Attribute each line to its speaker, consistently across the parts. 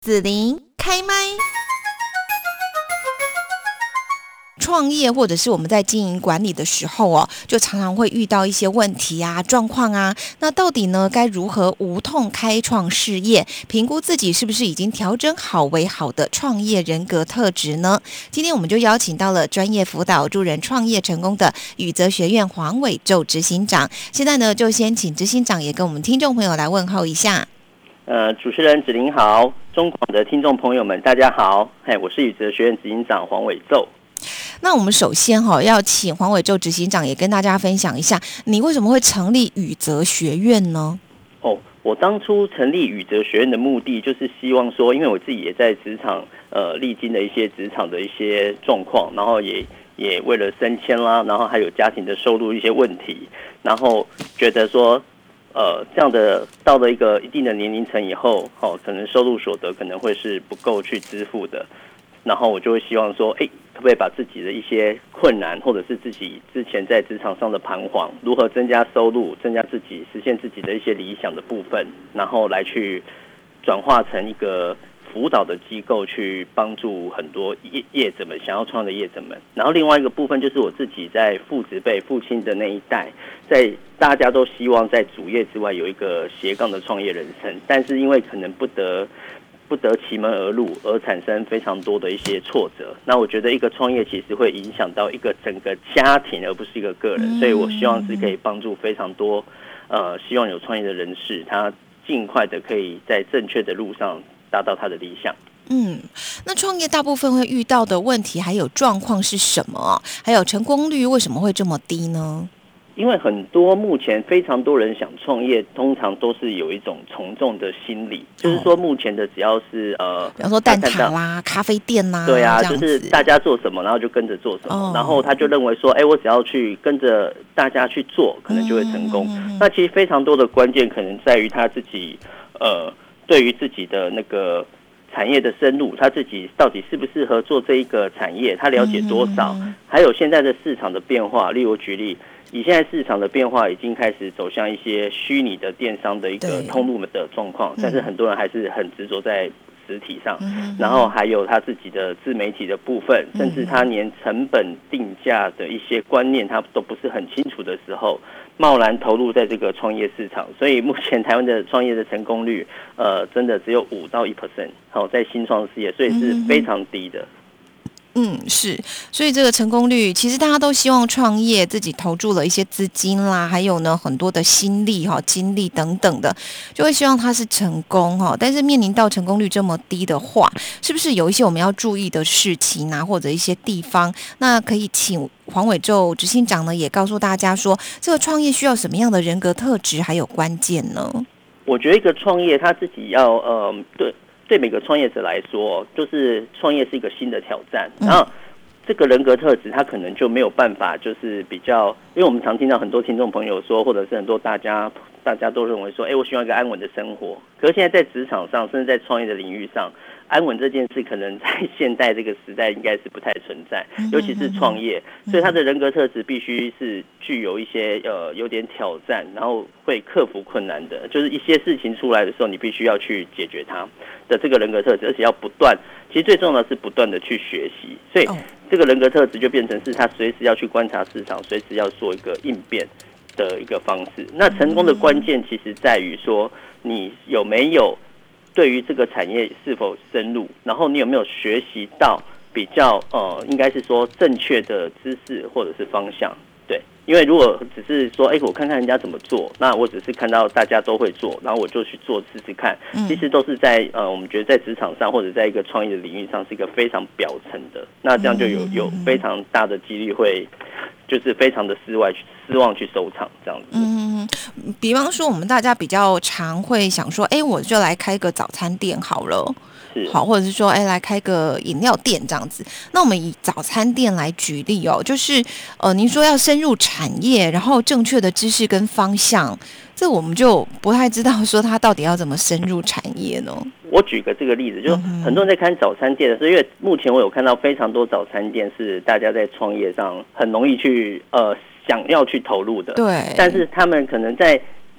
Speaker 1: 子琳开麦。创业或者是我们在经营管理的时候哦，就常常会遇到一些问题啊、状况啊。那到底呢，该如何无痛开创事业？评估自己是不是已经调整好为好的创业人格特质呢？今天我们就邀请到了专业辅导助人创业成功的宇泽学院黄伟宙执行长。现在呢，就先请执行长也跟我们听众朋友来问候一下。
Speaker 2: 主持人子琳好，中广的听众朋友们大家好，我是宇泽学院执行长黄伟宙。
Speaker 1: 那我们首先要请黄伟宙执行长也跟大家分享一下，你为什么会成立宇泽学院呢？
Speaker 2: 我当初成立宇泽学院的目的就是希望说，因为我自己也在职场历经了一些职场的一些状况，然后也为了升迁啦，然后还有家庭的收入一些问题，然后觉得说这样的到了一个一定的年龄层以后，可能收入所得可能会是不够去支付的，然后我就会希望说，可不可以把自己的一些困难，或者是自己之前在职场上的彷徨，如何增加收入，增加自己实现自己的一些理想的部分，然后来去转化成一个辅导的机构，去帮助很多业者们想要创的业者们。然后另外一个部分就是我自己在父职辈父亲的那一代，在大家都希望在主业之外有一个斜杠的创业人生，但是因为可能不得其门而入，而产生非常多的一些挫折。那我觉得一个创业其实会影响到一个整个家庭，而不是一个个人。所以我希望是可以帮助非常多希望有创业的人士，他尽快的可以在正确的路上达到他的理想。
Speaker 1: 那创业大部分会遇到的问题还有状况是什么？还有成功率为什么会这么低呢？
Speaker 2: 因为目前非常多人想创业，通常都是有一种从众的心理，就是说目前的只要是
Speaker 1: 比方说蛋挞啦、咖啡店啦，
Speaker 2: 对啊，就是大家做什么，然后就跟着做什么，然后他就认为说，我只要去跟着大家去做，可能就会成功。那其实非常多的关键可能在于他自己对于自己的那个产业的深入，他自己到底适不适合做这一个产业，他了解多少，还有现在的市场的变化。例如举例，以现在市场的变化已经开始走向一些虚拟的电商的一个通路的状况，但是很多人还是很执着在实体上，然后还有他自己的自媒体的部分，甚至他连成本定价的一些观念他都不是很清楚的时候，贸然投入在这个创业市场。所以目前台湾的创业的成功率真的只有5到1%，在新创事业，所以是非常低的。
Speaker 1: 是，所以这个成功率，其实大家都希望创业，自己投注了一些资金啦，还有呢很多的心力精力等等的，就会希望它是成功但是面临到成功率这么低的话，是不是有一些我们要注意的事情啊，或者一些地方？那可以请黄伟宙执行长呢，也告诉大家说，这个创业需要什么样的人格特质，还有关键呢？
Speaker 2: 我觉得一个创业他自己要对每个创业者来说，就是创业是一个新的挑战，然后这个人格特质他可能就没有办法，就是比较，因为我们常听到很多听众朋友说，或者是很多大家都认为说，我希望一个安稳的生活。可是现在在职场上，甚至在创业的领域上，安稳这件事可能在现代这个时代应该是不太存在，尤其是创业，所以他的人格特质必须是具有一些有点挑战，然后会克服困难的，就是一些事情出来的时候，你必须要去解决它的这个人格特质，而且要不断，其实最重要的是不断的去学习，所以这个人格特质就变成是他随时要去观察市场，随时要做一个应变的一个方式。那成功的关键其实在于说，你有没有对于这个产业是否深入，然后你有没有学习到比较应该是说正确的知识或者是方向。对，因为如果只是说我看看人家怎么做，那我只是看到大家都会做，然后我就去做试试看，其实都是在我们觉得在职场上或者在一个创业的领域上是一个非常表层的，那这样就有非常大的几率会就是非常的失望去收场这样子。
Speaker 1: 比方说我们大家比较常会想说，我就来开个早餐店好了。好，或者是说，来开个饮料店这样子。那我们以早餐店来举例就是您说要深入产业，然后正确的知识跟方向，这我们就不太知道说他到底要怎么深入产业呢？
Speaker 2: 我举个这个例子，就是很多人在看早餐店的时候，因为目前我有看到非常多早餐店是大家在创业上很容易去想要去投入的，
Speaker 1: 对，
Speaker 2: 但是他们可能在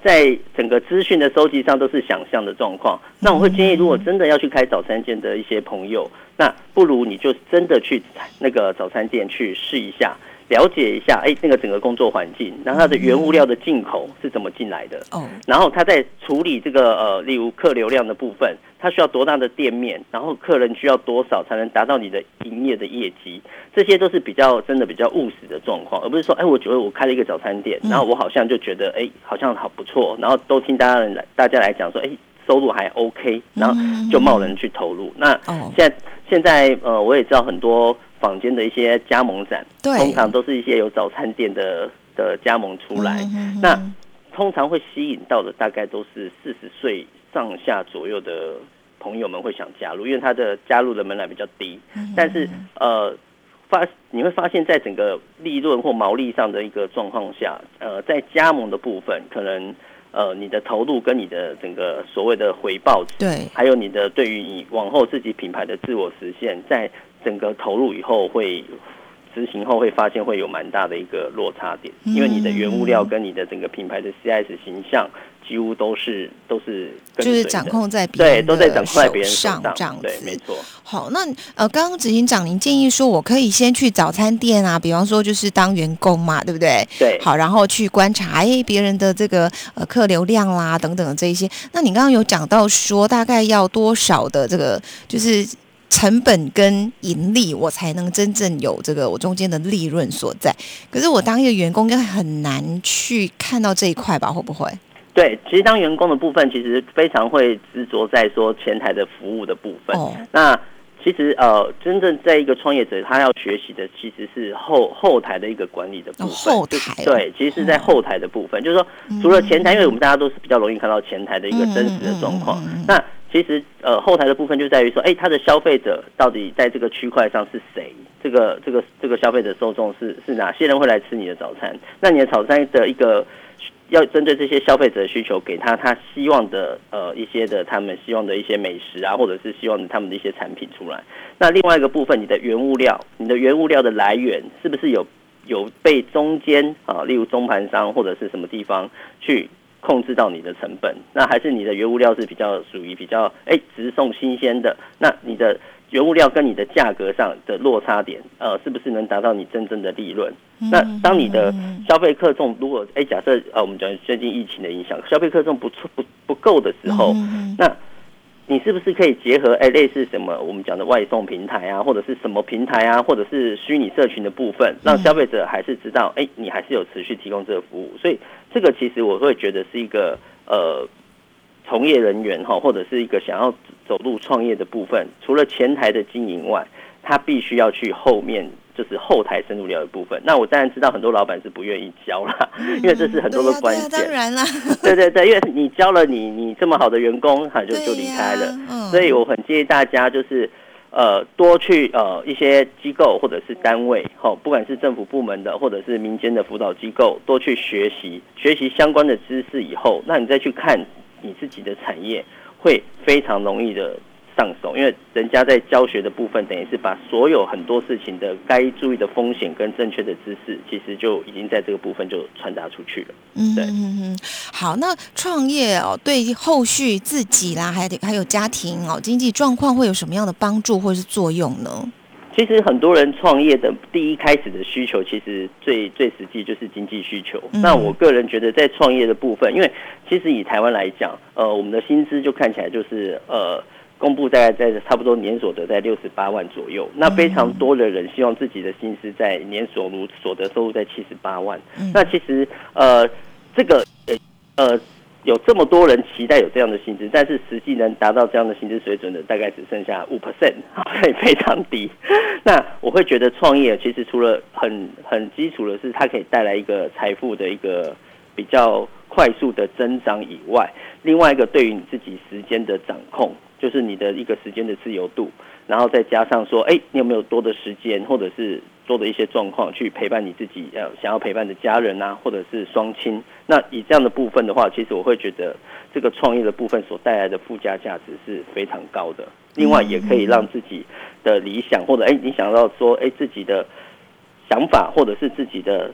Speaker 2: 在整个资讯的收集上都是想象的状况。那我会建议，如果真的要去开早餐店的一些朋友，那不如你就真的去那个早餐店去试一下。了解一下，那个整个工作环境，然后它的原物料的进口是怎么进来的，然后它在处理这个例如客流量的部分，它需要多大的店面，然后客人需要多少才能达到你的营业的业绩，这些都是真的比较务实的状况，而不是说，我觉得我开了一个早餐店，然后我好像就觉得，好像好不错，然后都听大家来讲说，收入还 OK， 然后就贸然去投入。那现在我也知道很多坊间的一些加盟展，通常都是一些有早餐店的加盟出来，那通常会吸引到的大概都是40岁上下左右的朋友们会想加入，因为他的加入的门槛比较低，但是你会发现在整个利润或毛利上的一个状况下，在加盟的部分可能。你的投入跟你的整个所谓的回报值，
Speaker 1: 对，
Speaker 2: 还有你的对于你往后自己品牌的自我实现，在整个投入以后会执行后会发现会有蛮大的一个落差点，因为你的原物料跟你的整个品牌的 CIS 形象几乎都是
Speaker 1: 就是掌控在别人
Speaker 2: 都在掌控在别人
Speaker 1: 手上这样子，
Speaker 2: 对，没错。
Speaker 1: 好，那刚刚执行长您建议说，我可以先去早餐店啊，比方说就是当员工嘛，对不对？
Speaker 2: 对。
Speaker 1: 好，然后去观察别人的这个客流量啦等等的这一些。那你刚刚有讲到说，大概要多少的这个就是成本跟盈利，我才能真正有这个我中间的利润所在。可是我当一个员工，应该很难去看到这一块吧？会不会？
Speaker 2: 对，其实当员工的部分，其实非常会执着在说前台的服务的部分。那其实真正在一个创业者，他要学习的其实是后台的一个管理的部分。
Speaker 1: 后台
Speaker 2: 对，其实是在后台的部分，就是说除了前台，因为我们大家都是比较容易看到前台的一个真实的状况。那其实后台的部分就在于说，他的消费者到底在这个区块上是谁？这个消费者受众是哪些人会来吃你的早餐？那你的早餐的一个。要针对这些消费者的需求，给他希望的一些的他们希望的一些美食啊，或者是希望他们的一些产品出来。那另外一个部分，你的原物料的来源是不是有被中间例如中盘商或者是什么地方去控制到你的成本？那还是你的原物料是属于比较直送新鲜的？那你的原物料跟你的价格上的落差点，是不是能达到你真正的利润？那当你的消费客众如果假设我们讲最近疫情的影响，消费客众不够的时候，那你是不是可以结合类似什么我们讲的外送平台啊，或者是什么平台啊，或者是虚拟社群的部分，让消费者还是知道你还是有持续提供这个服务？所以这个其实我会觉得是一个从业人员或者是一个想要走入创业的部分，除了前台的经营外，他必须要去后面就是后台深入了解的部分。那我当然知道很多老板是不愿意教啦，因为这是很多的关键。
Speaker 1: 当然啦，
Speaker 2: 对，因为你教了你这么好的员工，他就离开了。所以我很建议大家就是多去一些机构或者是单位，不管是政府部门的或者是民间的辅导机构，多去学习相关的知识以后，那你再去看你自己的产业，会非常容易的上手，因为人家在教学的部分，等于是把所有很多事情的该注意的风险跟正确的知识，其实就已经在这个部分就传达出去了。对，
Speaker 1: 好，那创业对后续自己啦，还有家庭经济状况会有什么样的帮助或是作用呢？
Speaker 2: 其实很多人创业的第一开始的需求，其实最实际就是经济需求。那我个人觉得，在创业的部分，因为其实以台湾来讲，我们的薪资就看起来就是公布大概在差不多年所得在68万左右。那非常多的人希望自己的薪资在年所得收入在78万。那其实这个有这么多人期待有这样的薪资，但是实际能达到这样的薪资水准的大概只剩下 5%， 所以非常低。那我会觉得创业其实除了很基础的是它可以带来一个财富的一个比较快速的增长以外，另外一个对于你自己时间的掌控，就是你的一个时间的自由度，然后再加上说你有没有多的时间或者是多的一些状况去陪伴你自己想要陪伴的家人啊，或者是双亲。那以这样的部分的话，其实我会觉得这个创业的部分所带来的附加价值是非常高的。另外也可以让自己的理想或者你想到说自己的想法或者是自己的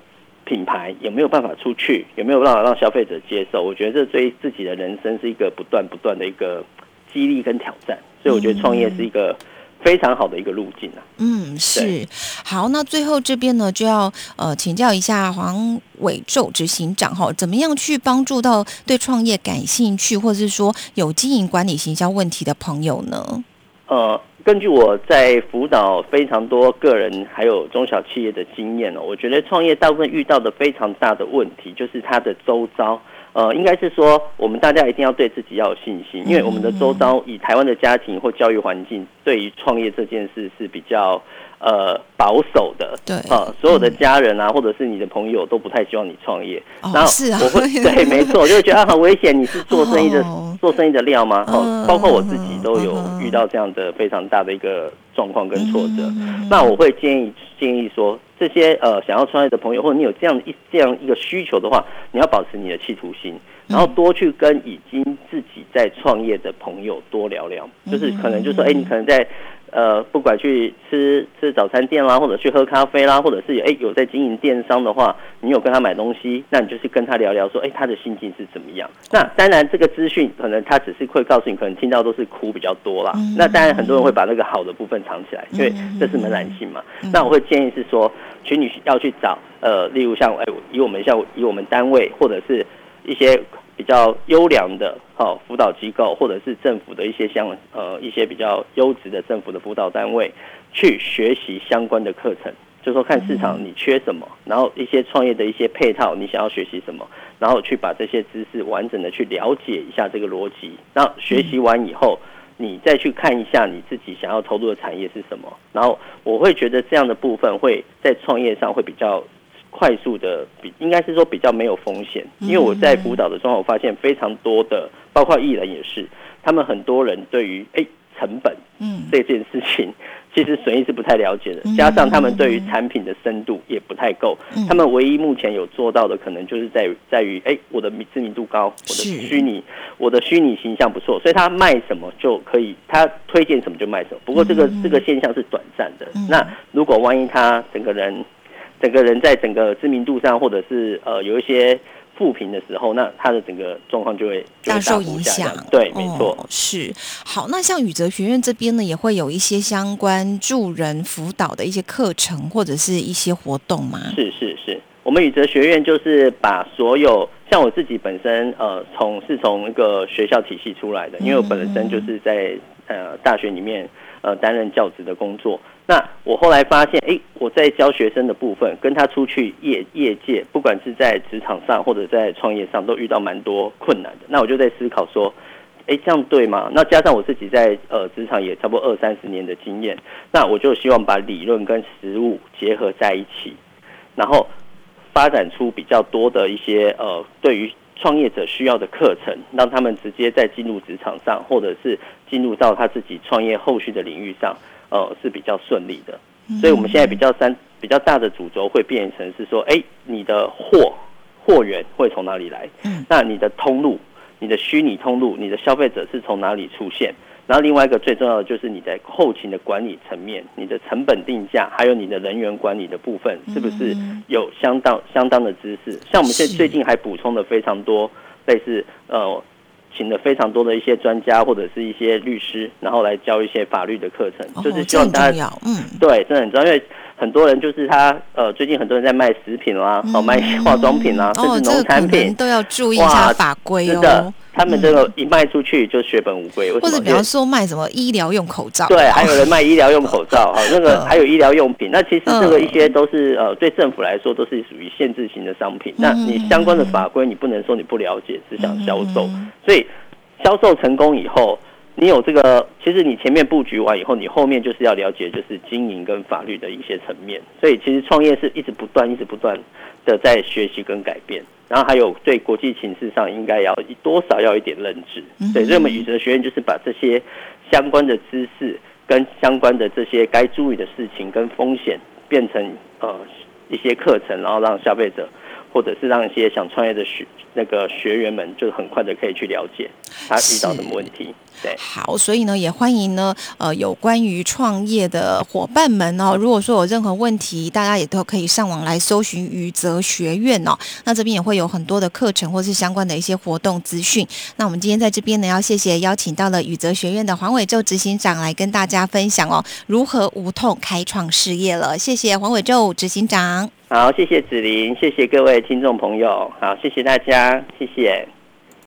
Speaker 2: 品牌有没有办法出去，有没有办法让消费者接受？我觉得这对自己的人生是一个不断的一个激励跟挑战，所以我觉得创业是一个非常好的一个路径啊。
Speaker 1: 是。好，那最后这边呢，就要请教一下黄伟宙执行长哈，怎么样去帮助到对创业感兴趣，或者是说有经营管理行销问题的朋友呢？
Speaker 2: 根据我在辅导非常多个人还有中小企业的经验我觉得创业大部分遇到的非常大的问题就是它的周遭。应该是说我们大家一定要对自己要有信心，因为我们的周遭以台湾的家庭或教育环境，对于创业这件事是比较保守的。
Speaker 1: 对，
Speaker 2: 所有的家人啊，或者是你的朋友都不太希望你创业。然后
Speaker 1: 是啊，
Speaker 2: 我会对，没错，就会觉得很危险。你是做生意的料吗？包括我自己都有遇到这样的非常大的一个状况跟挫折。那我会建议说，这些想要创业的朋友，或者你有这样一个需求的话，你要保持你的企图心，然后多去跟已经自己在创业的朋友多聊聊，就是可能就说，你可能在不管去吃早餐店啦，或者去喝咖啡啦，或者是有在经营电商的话，你有跟他买东西，那你就是跟他聊聊说，他的心境是怎么样。那当然这个资讯可能他只是会告诉你，可能听到都是哭比较多啦。那当然很多人会把那个好的部分藏起来，因为这是门槛性嘛。那我会建议是说，请你要去找例如像以我们单位或者是一些比较优良的辅导机构，或者是政府的一些一些比较优质的政府的辅导单位，去学习相关的课程，就说看市场你缺什么，然后一些创业的一些配套你想要学习什么，然后去把这些知识完整的去了解一下这个逻辑，然后学习完以后，你再去看一下你自己想要投入的产业是什么，然后我会觉得这样的部分会在创业上会比较快速的，应该是说比较没有风险。因为我在辅导的状况，我发现非常多的，包括艺人也是，他们很多人对于成本这件事情，其实损益是不太了解的，加上他们对于产品的深度也不太够。他们唯一目前有做到的，可能就是在于我的知名度高，我的虚拟形象不错，所以他卖什么就可以，他推荐什么就卖什么。不过这个现象是短暂的。那如果万一他整个人在整个知名度上，或者是有一些负评的时候，那他的整个状况就会
Speaker 1: 大受影响。
Speaker 2: 对，没错。
Speaker 1: 是。好，那像宇泽学院这边呢，也会有一些相关助人辅导的一些课程或者是一些活动吗？
Speaker 2: 是。我们宇泽学院就是把所有像我自己本身从一个学校体系出来的，因为我本身就是在大学里面担任教职的工作。那我后来发现，我在教学生的部分，跟他出去业界，不管是在职场上或者在创业上，都遇到蛮多困难的。那我就在思考说，这样对吗？那加上我自己在职场也差不多20-30年的经验，那我就希望把理论跟实务结合在一起，然后发展出比较多的一些对于创业者需要的课程，让他们直接在进入职场上，或者是进入到他自己创业后续的领域上，是比较顺利的。所以我们现在比较大的主轴会变成是说，你的货源会从哪里来？那你的通路，你的虚拟通路，你的消费者是从哪里出现？然后另外一个最重要的就是你在后勤的管理层面，你的成本定价，还有你的人员管理的部分，是不是有相当的知识？像我们现在最近还补充了非常多类似请了非常多的一些专家或者是一些律师，然后来教一些法律的课程，就是希望大家对，真的很重要，因为很多人就是他最近很多人在卖食品啦，卖化妆品啦，甚至农产品
Speaker 1: 都要注意一下法规哦。
Speaker 2: 是的，他们这个一卖出去就血本无归。
Speaker 1: 或者比方说卖什么医疗用口罩，
Speaker 2: 对，还有人卖医疗用口罩，那个还有医疗用品。那其实这个一些都是对政府来说都是属于限制型的商品。那你相关的法规，你不能说你不了解，只想销售。所以销售成功以后，你有这个，其实你前面布局完以后，你后面就是要了解就是经营跟法律的一些层面。所以其实创业是一直不断的在学习跟改变，然后还有对国际情势上应该要多少要一点认知。对，所以我们宇哲学院就是把这些相关的知识跟相关的这些该注意的事情跟风险变成一些课程，然后让消费者或者是让一些想创业的学员们，就很快的可以去了解他遇到什么问题。对，
Speaker 1: 好，所以呢，也欢迎呢，有关于创业的伙伴们哦，如果说有任何问题，大家也都可以上网来搜寻宇泽学院哦。那这边也会有很多的课程或是相关的一些活动资讯。那我们今天在这边呢，要谢谢邀请到了宇泽学院的黄伟宙执行长来跟大家分享哦，如何无痛开创事业了。谢谢黄伟宙执行长。
Speaker 2: 好，谢谢子琳，谢谢各位听众朋友，好，谢谢大家，谢谢。